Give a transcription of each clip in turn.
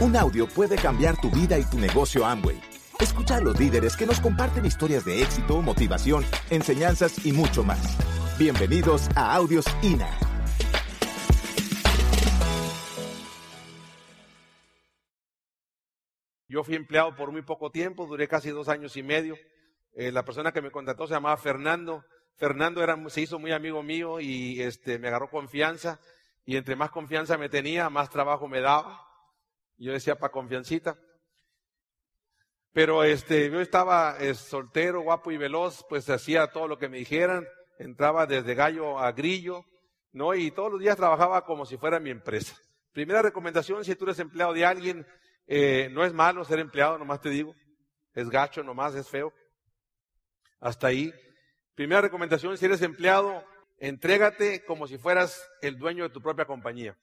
Un audio puede cambiar tu vida y tu negocio Amway. Escucha a los líderes que nos comparten historias de éxito, motivación, enseñanzas y mucho más. Bienvenidos a Audios INA. Yo fui empleado por muy poco tiempo, duré casi 2 años y medio. La persona que me contrató se llamaba Fernando. Fernando se hizo muy amigo mío y me agarró confianza. Y entre más confianza me tenía, más trabajo me daba. Yo decía, pa' confiancita. Pero yo estaba soltero, guapo y veloz, pues hacía todo lo que me dijeran. Entraba desde gallo a grillo, ¿no? Y todos los días trabajaba como si fuera mi empresa. Primera recomendación, si tú eres empleado de alguien, no es malo ser empleado, nomás te digo. Es gacho nomás, es feo. Hasta ahí. Primera recomendación, si eres empleado, entrégate como si fueras el dueño de tu propia compañía.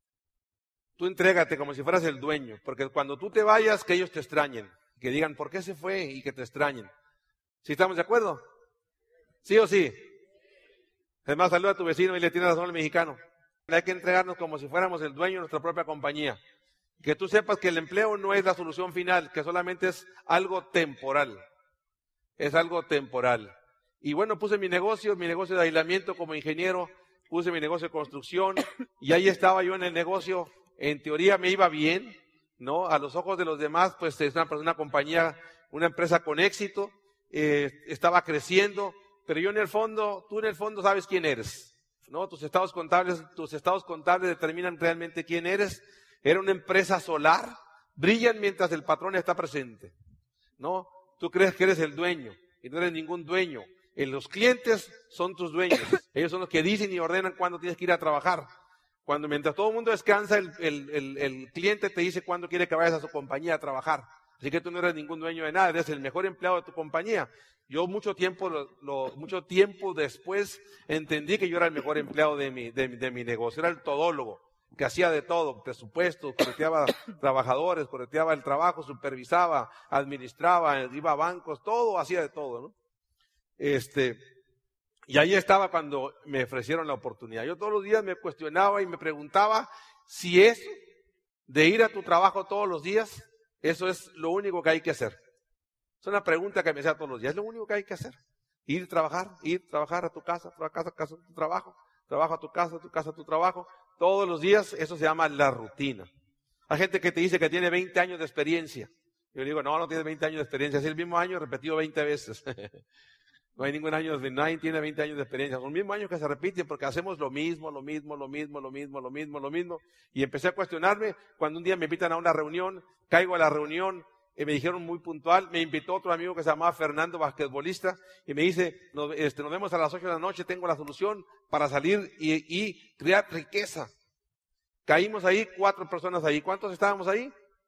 Tú entrégate como si fueras el dueño, porque cuando tú te vayas, que ellos te extrañen, que digan, ¿por qué se fue? Y que te extrañen. ¿Sí estamos de acuerdo? ¿Sí o sí? Es más, saluda a tu vecino y le tiene razón al mexicano. Hay que entregarnos como si fuéramos el dueño de nuestra propia compañía. Que tú sepas que el empleo no es la solución final, que solamente es algo temporal. Es algo temporal. Y bueno, puse mi negocio de aislamiento como ingeniero, puse mi negocio de construcción, y ahí estaba yo en el negocio. En teoría me iba bien, ¿no? A los ojos de los demás, pues es una compañía, una empresa con éxito, estaba creciendo, pero yo en el fondo, tú en el fondo sabes quién eres, ¿no? Tus estados contables determinan realmente quién eres. Era una empresa solar, brillan mientras el patrón está presente, ¿no? Tú crees que eres el dueño, y no eres ningún dueño. Los clientes son tus dueños, ellos son los que dicen y ordenan cuándo tienes que ir a trabajar. Mientras todo el mundo descansa, el cliente te dice cuándo quiere que vayas a su compañía a trabajar. Así que tú no eres ningún dueño de nada, eres el mejor empleado de tu compañía. Yo mucho tiempo después entendí que yo era el mejor empleado de mi negocio, era el todólogo, que hacía de todo, presupuestos, correteaba trabajadores, correteaba el trabajo, supervisaba, administraba, iba a bancos, todo, hacía de todo, ¿no? Y ahí estaba cuando me ofrecieron la oportunidad. Yo todos los días me cuestionaba y me preguntaba si eso de ir a tu trabajo todos los días, eso es lo único que hay que hacer. Es una pregunta que me hacía todos los días, es lo único que hay que hacer. Ir, trabajar a tu casa, a tu trabajo a tu casa a tu trabajo. Todos los días, eso se llama la rutina. Hay gente que te dice que tiene 20 años de experiencia. Yo digo, no tienes 20 años de experiencia, es el mismo año repetido 20 veces. No hay ningún año, nadie tiene 20 años de experiencia. Son los mismos años que se repiten porque hacemos lo mismo. Y empecé a cuestionarme cuando un día me invitan a una reunión, caigo a la reunión, y me dijeron muy puntual, me invitó otro amigo que se llamaba Fernando, basquetbolista, y me dice, nos vemos a las 8 de la noche, tengo la solución para salir y crear riqueza. Caímos ahí, 4 personas ahí. ¿Cuántos estábamos ahí?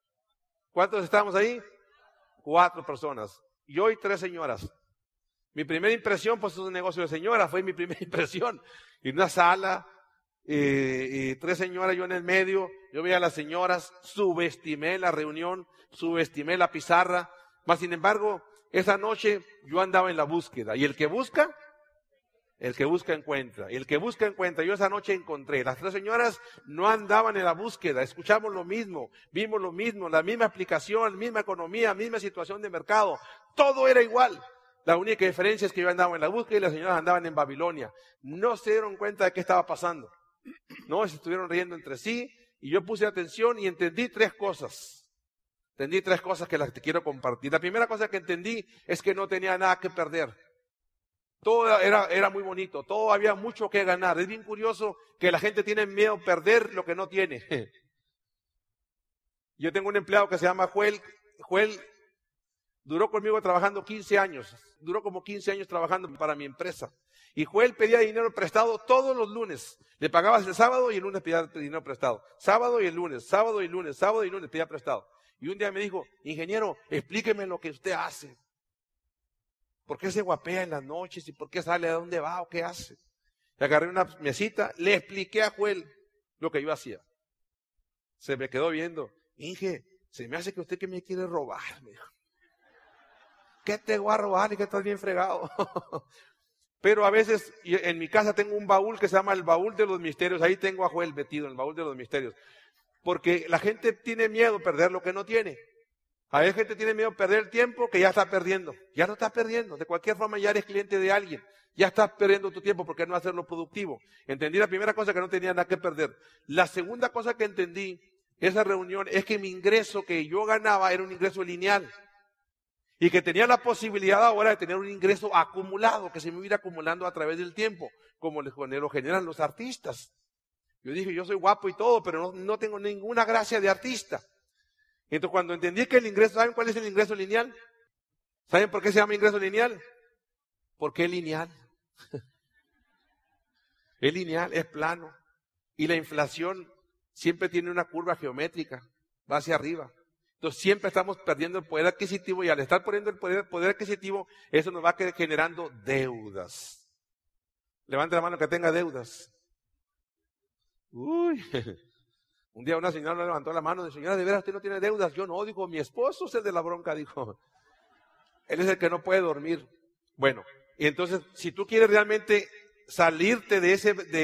4 personas. Yo y 3 señoras. Mi primera impresión, pues es un negocio de señora, fue mi primera impresión. En una sala, y 3 señoras, yo en el medio, yo veía a las señoras, subestimé la reunión, subestimé la pizarra, mas sin embargo, esa noche yo andaba en la búsqueda, y el que busca encuentra, y el que busca encuentra. Yo esa noche encontré, las 3 señoras no andaban en la búsqueda, escuchamos lo mismo, vimos lo mismo, la misma aplicación, misma economía, misma situación de mercado, todo era igual. La única diferencia es que yo andaba en la búsqueda y las señoras andaban en Babilonia. No se dieron cuenta de qué estaba pasando. No, se estuvieron riendo entre sí y yo puse atención y entendí 3 cosas. Entendí 3 cosas que las te quiero compartir. La primera cosa que entendí es que no tenía nada que perder. Todo era muy bonito, todo había mucho que ganar. Es bien curioso que la gente tiene miedo a perder lo que no tiene. Yo tengo un empleado que se llama Joel. Joel duró conmigo trabajando 15 años. Duró como 15 años trabajando para mi empresa. Y Joel pedía dinero prestado todos los lunes. Le pagabas el sábado y el lunes pedía dinero prestado. Sábado y el lunes, sábado y lunes, sábado y lunes pedía prestado. Y un día me dijo, ingeniero, explíqueme lo que usted hace. ¿Por qué se guapea en las noches? ¿Y por qué sale? ¿A dónde va o qué hace? Le agarré una mesita, le expliqué a Joel lo que yo hacía. Se me quedó viendo. Inge, se me hace que usted que me quiere robar, me dijo. ¿Qué te voy a robar y que estás bien fregado? Pero a veces en mi casa tengo un baúl que se llama el baúl de los misterios. Ahí tengo a Joel metido en el baúl de los misterios. Porque la gente tiene miedo de perder lo que no tiene. A veces gente tiene miedo de perder el tiempo que ya está perdiendo. Ya lo estás perdiendo. De cualquier forma ya eres cliente de alguien. Ya estás perdiendo tu tiempo porque no hacerlo productivo. Entendí la primera cosa, que no tenía nada que perder. La segunda cosa que entendí esa reunión es que mi ingreso que yo ganaba era un ingreso lineal. Y que tenía la posibilidad ahora de tener un ingreso acumulado, que se me iba acumulando a través del tiempo, como lo generan los artistas. Yo dije, yo soy guapo y todo, pero no tengo ninguna gracia de artista. Entonces cuando entendí que el ingreso, ¿saben cuál es el ingreso lineal? ¿Saben por qué se llama ingreso lineal? Porque es lineal. Es lineal, es plano. Y la inflación siempre tiene una curva geométrica, va hacia arriba. Entonces siempre estamos perdiendo el poder adquisitivo y al estar perdiendo el poder adquisitivo, eso nos va generando deudas. Levante la mano que tenga deudas. Uy, un día una señora me levantó la mano y dijo, señora, ¿de veras usted no tiene deudas? Yo no, dijo, mi esposo es el de la bronca, dijo. Él es el que no puede dormir. Bueno, y entonces, si tú quieres realmente salirte de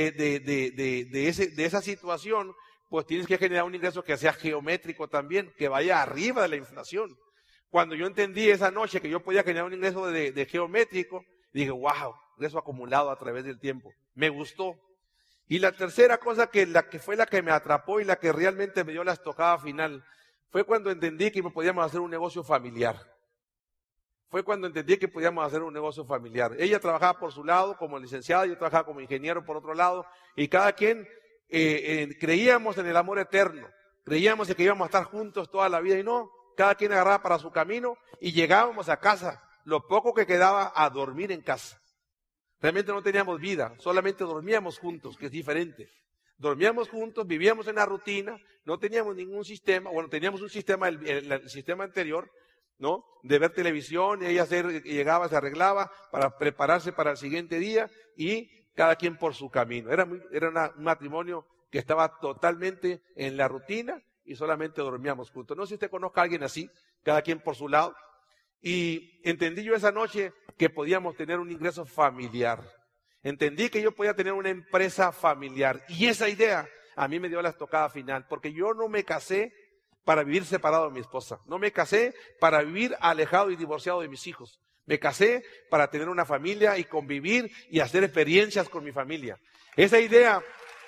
esa situación, pues tienes que generar un ingreso que sea geométrico también, que vaya arriba de la inflación. Cuando yo entendí esa noche que yo podía generar un ingreso de geométrico, dije, wow, ingreso acumulado a través del tiempo. Me gustó. Y la tercera cosa que fue la que me atrapó y la que realmente me dio la estocada final, fue cuando entendí que podíamos hacer un negocio familiar. Fue cuando entendí que podíamos hacer un negocio familiar. Ella trabajaba por su lado como licenciada, yo trabajaba como ingeniero por otro lado, y cada quien creíamos en el amor eterno, creíamos en que íbamos a estar juntos toda la vida, y no, cada quien agarraba para su camino, y llegábamos a casa, lo poco que quedaba a dormir en casa. Realmente no teníamos vida, solamente dormíamos juntos, que es diferente. Dormíamos juntos, vivíamos en la rutina, no teníamos ningún sistema, bueno, teníamos un sistema, el sistema anterior, ¿no? De ver televisión, y ella llegaba, se arreglaba para prepararse para el siguiente día, y cada quien por su camino. Era un matrimonio que estaba totalmente en la rutina, y solamente dormíamos juntos. No sé si usted conozca a alguien así, cada quien por su lado. Y entendí yo esa noche que podíamos tener un ingreso familiar. Entendí que yo podía tener una empresa familiar. Y esa idea a mí me dio la estocada final, porque yo no me casé para vivir separado de mi esposa. No me casé para vivir alejado y divorciado de mis hijos. Me casé para tener una familia y convivir y hacer experiencias con mi familia. Esa idea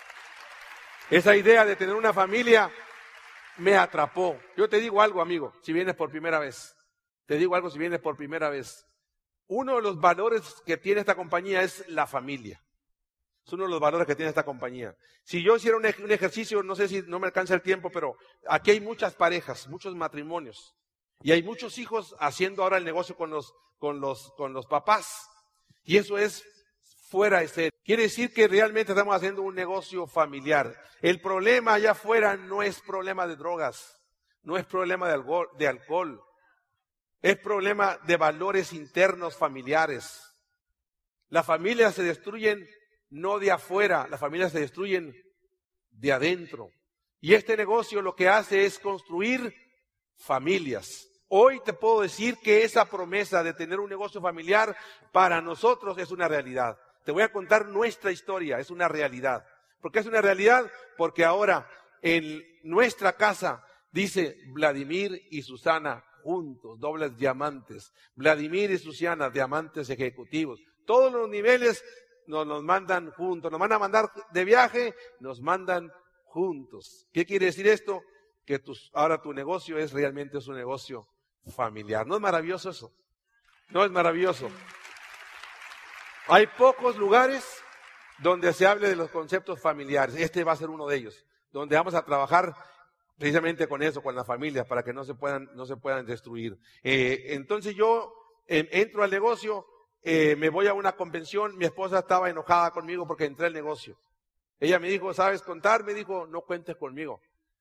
de tener una familia me atrapó. Yo te digo algo, amigo, si vienes por primera vez. Te digo algo si vienes por primera vez. Uno de los valores que tiene esta compañía es la familia. Es uno de los valores que tiene esta compañía. Si yo hiciera un ejercicio, no sé si no me alcanza el tiempo, pero aquí hay muchas parejas, muchos matrimonios. Y hay muchos hijos haciendo ahora el negocio con los papás. Y eso es fuera de serie. Quiere decir que realmente estamos haciendo un negocio familiar. El problema allá afuera no es problema de drogas, no es problema de alcohol. Es problema de valores internos familiares. Las familias se destruyen no de afuera, las familias se destruyen de adentro. Y este negocio lo que hace es construir familias. Hoy te puedo decir que esa promesa de tener un negocio familiar para nosotros es una realidad. Te voy a contar nuestra historia, es una realidad. ¿Por qué es una realidad? Porque ahora en nuestra casa dice Vladimir y Susana juntos, dobles diamantes. Vladimir y Susana, diamantes ejecutivos. Todos los niveles nos mandan juntos. Nos van a mandar de viaje, nos mandan juntos. ¿Qué quiere decir esto? Que ahora tu negocio realmente es un negocio familiar. ¿No es maravilloso eso? ¿No es maravilloso? Hay pocos lugares donde se hable de los conceptos familiares. Este va a ser uno de ellos, donde vamos a trabajar precisamente con eso, con las familias, para que no se puedan destruir. Entonces yo entro al negocio, me voy a una convención, mi esposa estaba enojada conmigo porque entré al negocio. Ella me dijo, ¿sabes contar? Me dijo, no cuentes conmigo.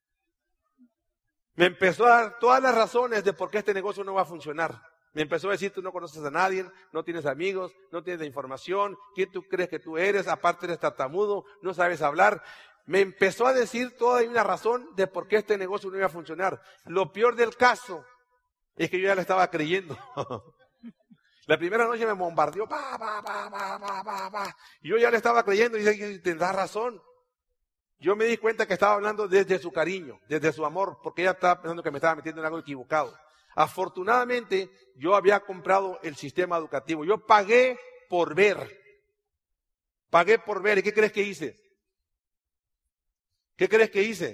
Me empezó a dar todas las razones de por qué este negocio no va a funcionar. Me empezó a decir, tú no conoces a nadie, no tienes amigos, no tienes la información, ¿quién tú crees que tú eres? Aparte eres tartamudo, no sabes hablar. Me empezó a decir toda una razón de por qué este negocio no iba a funcionar. Lo peor del caso es que yo ya le estaba creyendo. La primera noche me bombardeó, y yo ya le estaba creyendo y dije, tendrás razón. yo me di cuenta que estaba hablando desde su cariño, desde su amor, porque ella estaba pensando que me estaba metiendo en algo equivocado. Afortunadamente, yo había comprado el sistema educativo. Yo pagué por ver. Pagué por ver. ¿Y qué crees que hice? ¿Qué crees que hice?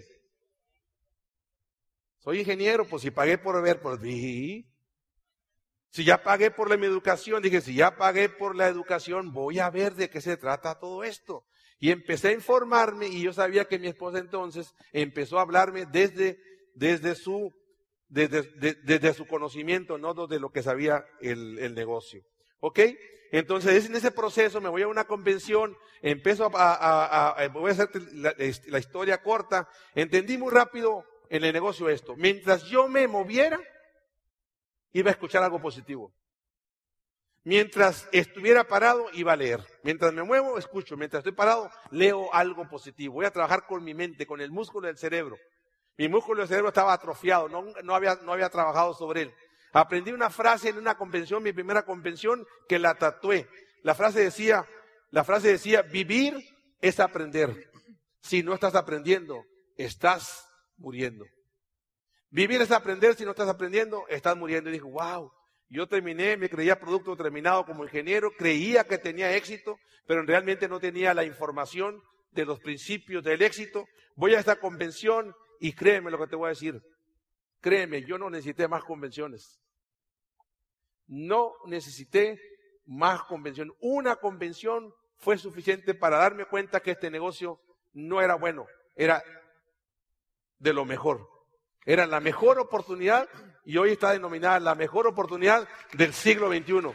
Soy ingeniero, pues si pagué por ver, pues vi. Si ya pagué por mi educación, dije, si ya pagué por la educación, voy a ver de qué se trata todo esto. Y empecé a informarme y yo sabía que mi esposa entonces empezó a hablarme desde su conocimiento, no desde lo que sabía el negocio. ¿Ok? Entonces en ese proceso me voy a una convención, empiezo voy a hacer la historia corta, entendí muy rápido en el negocio esto. Mientras yo me moviera, iba a escuchar algo positivo. Mientras estuviera parado, iba a leer. Mientras me muevo, escucho. Mientras estoy parado, leo algo positivo. Voy a trabajar con mi mente, con el músculo del cerebro. Mi músculo del cerebro estaba atrofiado, no había trabajado sobre él. Aprendí una frase en una convención, mi primera convención, que la tatué. La frase decía, vivir es aprender. Si no estás aprendiendo, estás muriendo. Vivir es aprender, si no estás aprendiendo, estás muriendo. Y dije, wow, yo terminé, me creía producto terminado como ingeniero, creía que tenía éxito, pero realmente no tenía la información de los principios del éxito. Voy a esta convención y créeme lo que te voy a decir. Créeme, yo no necesité más convenciones. No necesité más convención. Una convención fue suficiente para darme cuenta que este negocio no era bueno, era de lo mejor. Era la mejor oportunidad y hoy está denominada la mejor oportunidad del siglo XXI.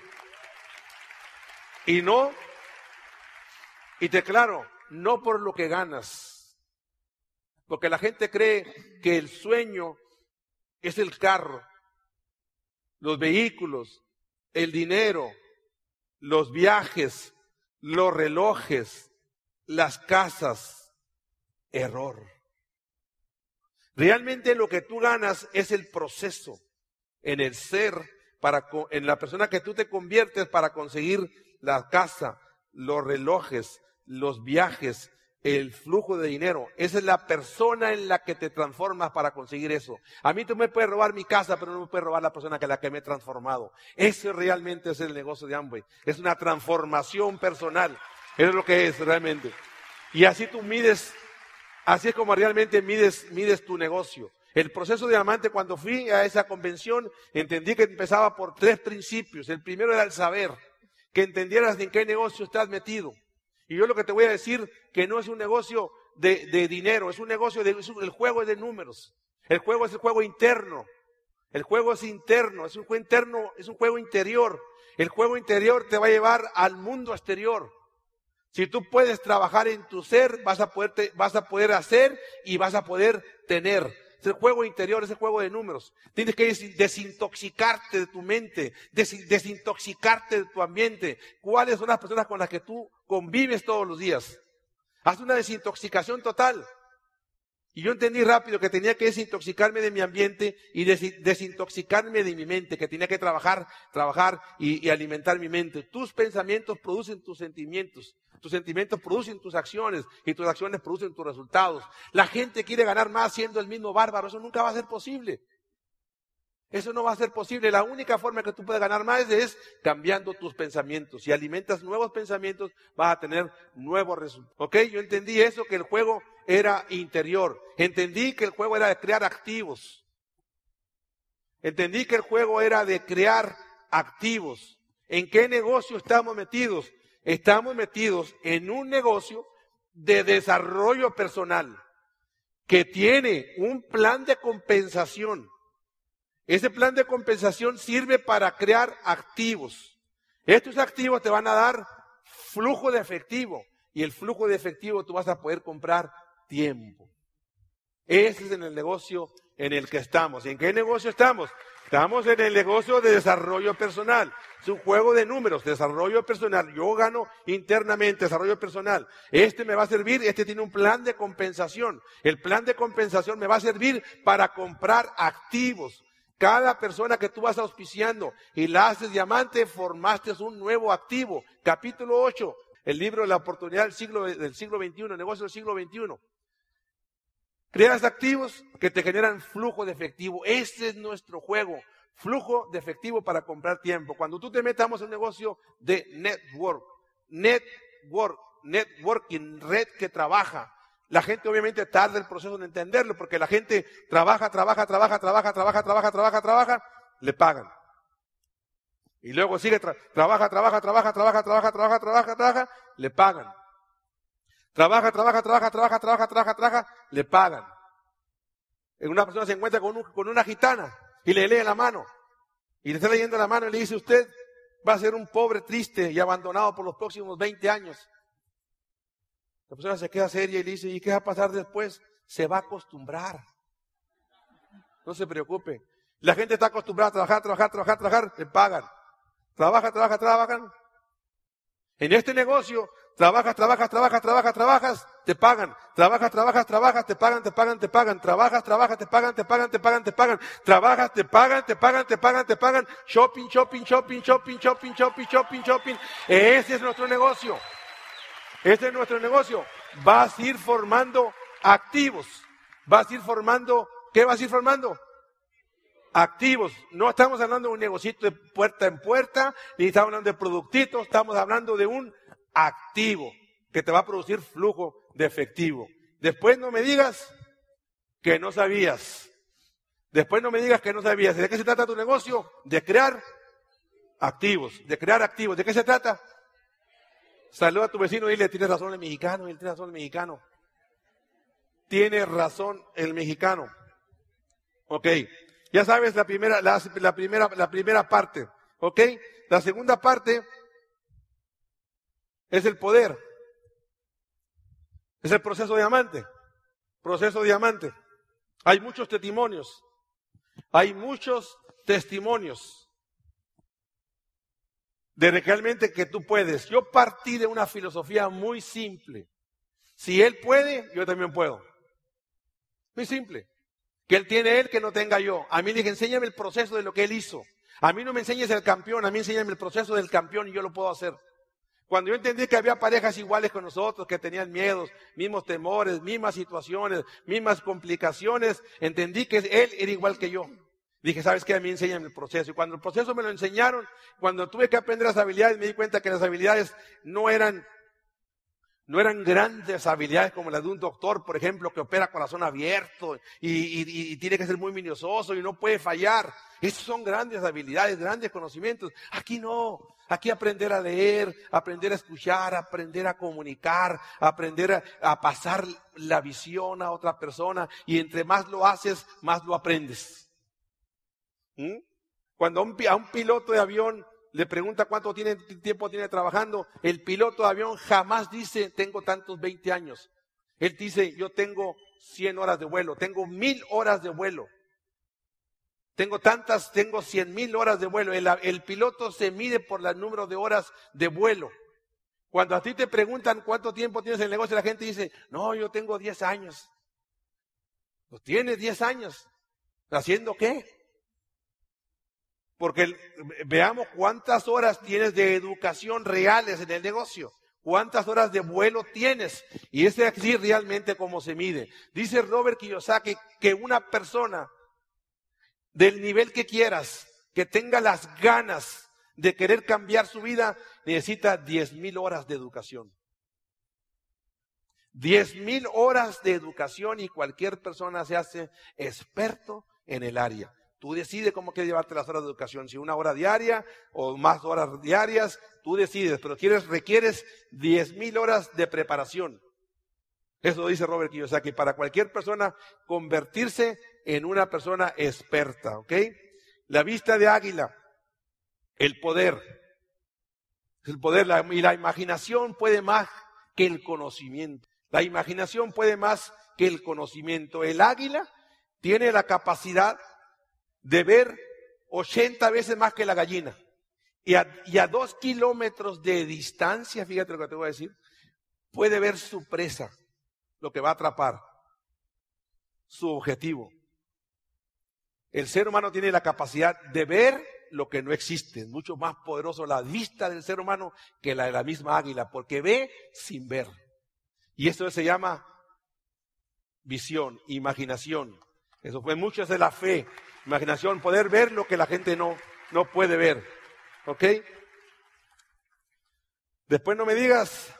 Y te aclaro, no por lo que ganas. Porque la gente cree que el sueño es el carro, los vehículos, el dinero, los viajes, los relojes, las casas. Error. Realmente lo que tú ganas es el proceso en el ser, en la persona que tú te conviertes para conseguir la casa, los relojes, los viajes, el flujo de dinero. Esa es la persona en la que te transformas para conseguir eso. A mí tú me puedes robar mi casa, pero no me puedes robar la persona que la que me he transformado. Ese realmente es el negocio de Amway. Es una transformación personal. Eso es lo que es realmente. Y así tú mides. Así es como realmente mides tu negocio. El proceso de diamante, cuando fui a esa convención, entendí que empezaba por 3 principios. El primero era el saber, que entendieras en qué negocio estás metido. Y yo lo que te voy a decir, que no es un negocio de dinero, es un negocio el juego es de números. El juego es el juego interno. El juego es interno, es un juego interno, es un juego interior. El juego interior te va a llevar al mundo exterior. Si tú puedes trabajar en tu ser, vas a poder hacer y vas a poder tener. Es el juego interior, es el juego de números. Tienes que desintoxicarte de tu mente, desintoxicarte de tu ambiente. ¿Cuáles son las personas con las que tú convives todos los días? Haz una desintoxicación total. Y yo entendí rápido que tenía que desintoxicarme de mi ambiente y desintoxicarme de mi mente, que tenía que trabajar y alimentar mi mente. Tus pensamientos producen tus sentimientos producen tus acciones y tus acciones producen tus resultados. La gente quiere ganar más siendo el mismo bárbaro, eso nunca va a ser posible. Eso no va a ser posible. La única forma que tú puedes ganar más es cambiando tus pensamientos. Si alimentas nuevos pensamientos, vas a tener nuevos resultados. ¿Ok? Yo entendí eso, que el juego era interior. Entendí que el juego era de crear activos. Entendí que el juego era de crear activos. ¿En qué negocio estamos metidos? Estamos metidos en un negocio de desarrollo personal que tiene un plan de compensación. Ese plan de compensación sirve para crear activos. Estos activos te van a dar flujo de efectivo y el flujo de efectivo tú vas a poder comprar tiempo. Ese es en el negocio en el que estamos. ¿En qué negocio estamos? Estamos en el negocio de desarrollo personal. Es un juego de números, desarrollo personal. Yo gano internamente, desarrollo personal. Este me va a servir, este tiene un plan de compensación. El plan de compensación me va a servir para comprar activos. Cada persona que tú vas auspiciando y la haces diamante, formaste un nuevo activo. Capítulo 8, el libro de la oportunidad del siglo XXI, el negocio del siglo XXI. Creas activos que te generan flujo de efectivo. Ese es nuestro juego. Flujo de efectivo para comprar tiempo. Cuando tú te metamos en un negocio de networking, red que trabaja. La gente obviamente tarda el proceso de entenderlo porque la gente trabaja, le pagan. Y luego sigue, trabaja, le pagan. Trabaja, le pagan. Una persona se encuentra con una gitana y le lee la mano. Y le está leyendo la mano y le dice, usted va a ser un pobre, triste y abandonado por los próximos 20 años. La persona se queda seria y le dice, ¿y qué va a pasar después? Se va a acostumbrar. No se preocupe. La gente está acostumbrada a trabajar, le pagan. Trabajan. En este negocio, trabajas, te pagan. Trabajas, te pagan. Trabajas, te pagan. Trabajas, te pagan. Shopping. Ese es nuestro negocio. Vas a ir formando activos. ¿Qué vas a ir formando? Activos. No estamos hablando de un negocito de puerta en puerta, ni estamos hablando de productitos, estamos hablando de un activo que te va a producir flujo de efectivo. Después no me digas que no sabías. ¿De qué se trata tu negocio? De crear activos. ¿De qué se trata? Saluda a tu vecino y dile, tienes razón el mexicano. Tiene razón el mexicano. Ok. Ya sabes la primera parte. Ok. La segunda parte es el poder. Es el proceso diamante. Hay muchos testimonios. De realmente que tú puedes. Yo partí de una filosofía muy simple. Si él puede, yo también puedo. Muy simple. Que él tiene él, que no tenga yo. A mí le dije, enséñame el proceso de lo que él hizo. A mí no me enseñes el campeón, a mí enséñame el proceso del campeón y yo lo puedo hacer. Cuando yo entendí que había parejas iguales con nosotros, que tenían miedos, mismos temores, mismas situaciones, mismas complicaciones, entendí que él era igual que yo. Dije, ¿sabes qué? A mí enséñame el proceso. Y cuando el proceso me lo enseñaron, cuando tuve que aprender las habilidades, me di cuenta que las habilidades no eran grandes habilidades como las de un doctor, por ejemplo, que opera corazón abierto y tiene que ser muy minucioso y no puede fallar. Esas son grandes habilidades, grandes conocimientos. Aquí no. Aquí aprender a leer, aprender a escuchar, aprender a comunicar, aprender a pasar la visión a otra persona. Y entre más lo haces, más lo aprendes. Cuando a un piloto de avión le pregunta cuánto tiempo tiene trabajando, el piloto de avión jamás dice, tengo tantos 20 años. Él dice, yo tengo 100 horas de vuelo, tengo 1000 horas de vuelo. Tengo 100,000 horas de vuelo. El piloto se mide por el número de horas de vuelo. Cuando a ti te preguntan cuánto tiempo tienes en el negocio, la gente dice, no, yo tengo 10 años. Pues tienes 10 años. ¿Haciendo qué? Porque veamos cuántas horas tienes de educación reales en el negocio. ¿Cuántas horas de vuelo tienes? Y ese es así realmente cómo se mide. Dice Robert Kiyosaki que una persona del nivel que quieras, que tenga las ganas de querer cambiar su vida, necesita 10,000 horas de educación. 10,000 horas de educación y cualquier persona se hace experto en el área. Tú decides cómo quieres llevarte las horas de educación, si 1 hora diaria o más horas diarias, tú decides, pero requieres 10,000 horas de preparación. Eso dice Robert Kiyosaki, para cualquier persona convertirse en una persona experta, ¿ok? La vista de águila, el poder, y la imaginación puede más que el conocimiento. La imaginación puede más que el conocimiento. El águila tiene la capacidad de ver 80 veces más que la gallina. Y a 2 kilómetros de distancia, fíjate lo que te voy a decir, puede ver su presa, lo que va a atrapar, su objetivo. El ser humano tiene la capacidad de ver lo que no existe. Es mucho más poderoso la vista del ser humano que la de la misma águila, porque ve sin ver. Y esto se llama visión, imaginación. Eso fue mucho de la fe, imaginación, poder ver lo que la gente no puede ver. ¿Ok? Después no me digas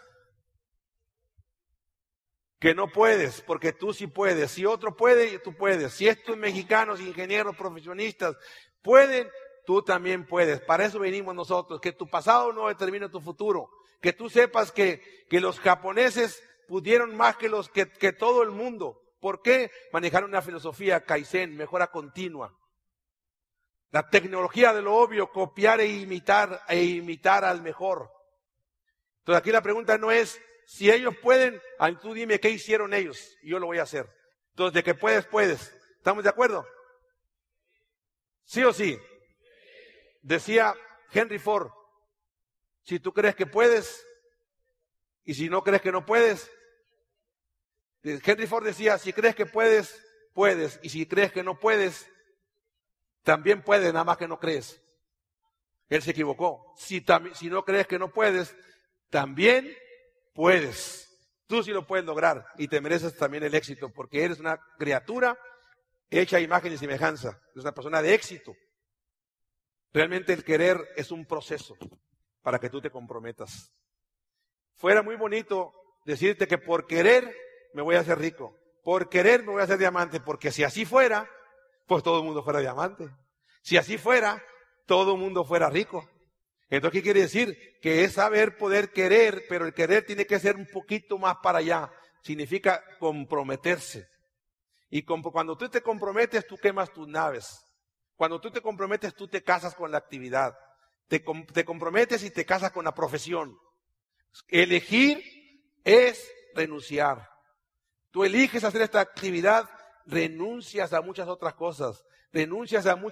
que no puedes, porque tú sí puedes. Si otro puede, tú puedes. Si estos mexicanos, ingenieros, profesionistas pueden, tú también puedes. Para eso venimos nosotros, que tu pasado no determine tu futuro. Que tú sepas que los japoneses pudieron más que todo el mundo. ¿Por qué? Manejaron una filosofía Kaizen, mejora continua. La tecnología de lo obvio, copiar e imitar al mejor. Entonces aquí la pregunta no es, si ellos pueden, tú dime qué hicieron ellos y yo lo voy a hacer. Entonces, de que puedes, puedes. ¿Estamos de acuerdo? ¿Sí o sí? Decía Henry Ford, si tú crees que puedes y si no crees que no puedes. Henry Ford decía, si crees que puedes, puedes. Y si crees que no puedes, también puedes, nada más que no crees. Él se equivocó. Si no crees que no puedes, también puedes. Tú sí lo puedes lograr y te mereces también el éxito porque eres una criatura hecha a imagen y semejanza. Eres una persona de éxito. Realmente el querer es un proceso para que tú te comprometas. Fuera muy bonito decirte que por querer me voy a hacer rico. Por querer me voy a hacer diamante porque si así fuera, pues todo el mundo fuera diamante. Si así fuera, todo el mundo fuera rico. Entonces, ¿qué quiere decir? Que es saber poder querer, pero el querer tiene que ser un poquito más para allá. Significa comprometerse. Y cuando tú te comprometes, tú quemas tus naves. Cuando tú te comprometes, tú te casas con la actividad. Te comprometes y te casas con la profesión. Elegir es renunciar. Tú eliges hacer esta actividad, renuncias a muchas otras cosas. Renuncias a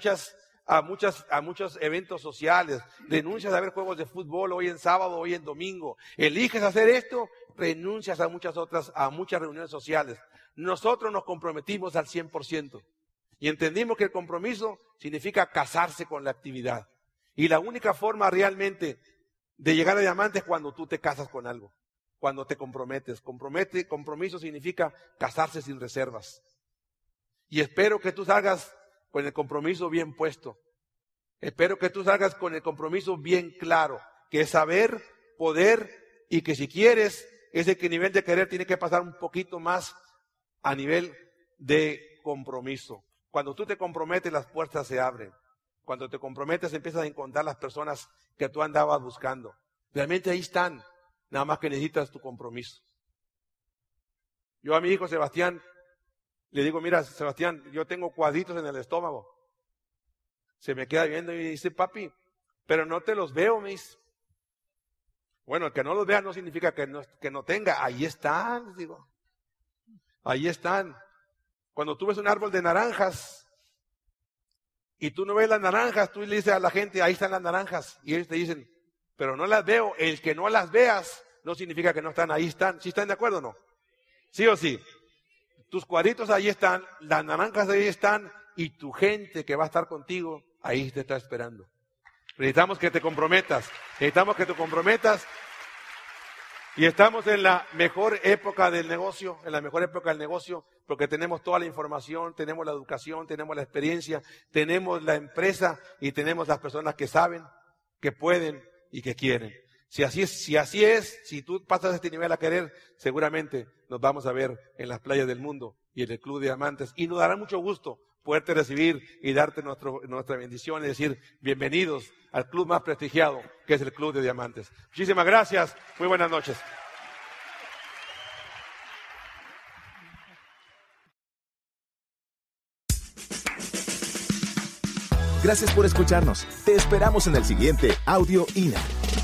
muchos eventos sociales, renuncias a ver juegos de fútbol hoy en sábado, hoy en domingo. Eliges hacer esto, renuncias a muchas reuniones sociales. Nosotros nos comprometimos al 100% y entendimos que el compromiso significa casarse con la actividad. Y la única forma realmente de llegar a diamante es cuando tú te casas con algo, cuando te comprometes. Compromiso significa casarse sin reservas. Y espero que tú salgas con el compromiso bien puesto. Espero que tú salgas con el compromiso bien claro, que es saber, poder, y que si quieres, ese nivel de querer tiene que pasar un poquito más a nivel de compromiso. Cuando tú te comprometes, las puertas se abren. Cuando te comprometes, empiezas a encontrar las personas que tú andabas buscando. Realmente ahí están, nada más que necesitas tu compromiso. Yo a mi hijo Sebastián le digo, mira, Sebastián, yo tengo cuadritos en el estómago. Se me queda viendo y dice, papi, pero no te los veo, me dice. Bueno, el que no los vea no significa que no tenga. Ahí están, les digo. Ahí están. Cuando tú ves un árbol de naranjas y tú no ves las naranjas, tú le dices a la gente, ahí están las naranjas. Y ellos te dicen, pero no las veo. El que no las veas no significa que no están, ahí están. ¿Sí están de acuerdo o no? ¿Sí o sí? Tus cuadritos ahí están, las naranjas ahí están, y tu gente que va a estar contigo, ahí te está esperando. Necesitamos que te comprometas, y estamos en la mejor época del negocio, porque tenemos toda la información, tenemos la educación, tenemos la experiencia, tenemos la empresa y tenemos las personas que saben, que pueden y que quieren. Si así es, si tú pasas este nivel a querer, seguramente nos vamos a ver en las playas del mundo y en el Club de Diamantes. Y nos dará mucho gusto poderte recibir y darte nuestra bendición y decir bienvenidos al club más prestigiado, que es el Club de Diamantes. Muchísimas gracias. Muy buenas noches. Gracias por escucharnos. Te esperamos en el siguiente Audio INA.